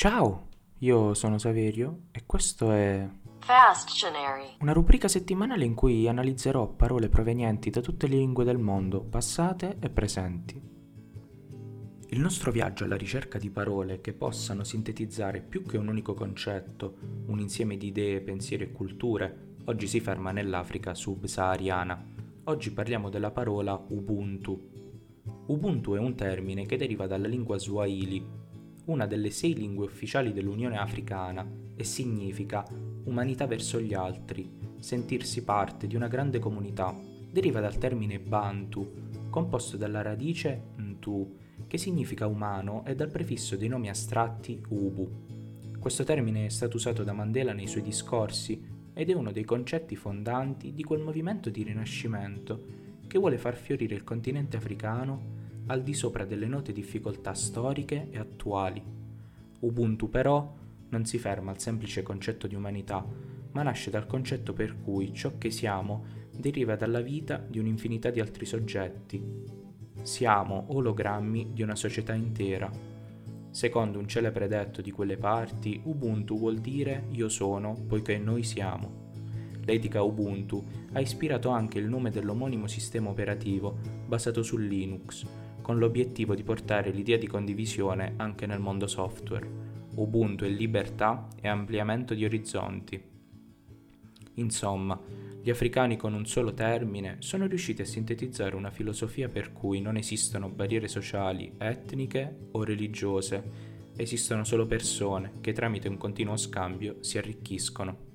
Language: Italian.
Ciao, io sono Saverio e questo è Fasttionary. una rubrica settimanale in cui analizzerò parole provenienti da tutte le lingue del mondo, passate e presenti. Il nostro viaggio alla ricerca di parole che possano sintetizzare più che un unico concetto, un insieme di idee, pensieri e culture, oggi si ferma nell'Africa subsahariana. Oggi parliamo della parola Ubuntu. Ubuntu è un termine che deriva dalla lingua Swahili, una delle 6 lingue ufficiali dell'Unione Africana, e significa umanità verso gli altri, sentirsi parte di una grande comunità. Deriva dal termine Bantu, composto dalla radice Ntu, che significa umano, e dal prefisso dei nomi astratti Ubu. Questo termine è stato usato da Mandela nei suoi discorsi ed è uno dei concetti fondanti di quel movimento di rinascimento che vuole far fiorire il continente africano al di sopra delle note difficoltà storiche e attuali. Ubuntu però non si ferma al semplice concetto di umanità, ma nasce dal concetto per cui ciò che siamo deriva dalla vita di un'infinità di altri soggetti. Siamo ologrammi di una società intera. Secondo un celebre detto di quelle parti, Ubuntu vuol dire io sono, poiché noi siamo. L'etica Ubuntu ha ispirato anche il nome dell'omonimo sistema operativo basato su Linux, con l'obiettivo di portare l'idea di condivisione anche nel mondo software. Ubuntu è libertà e ampliamento di orizzonti. Insomma, gli africani con un solo termine sono riusciti a sintetizzare una filosofia per cui non esistono barriere sociali, etniche o religiose, esistono solo persone che tramite un continuo scambio si arricchiscono.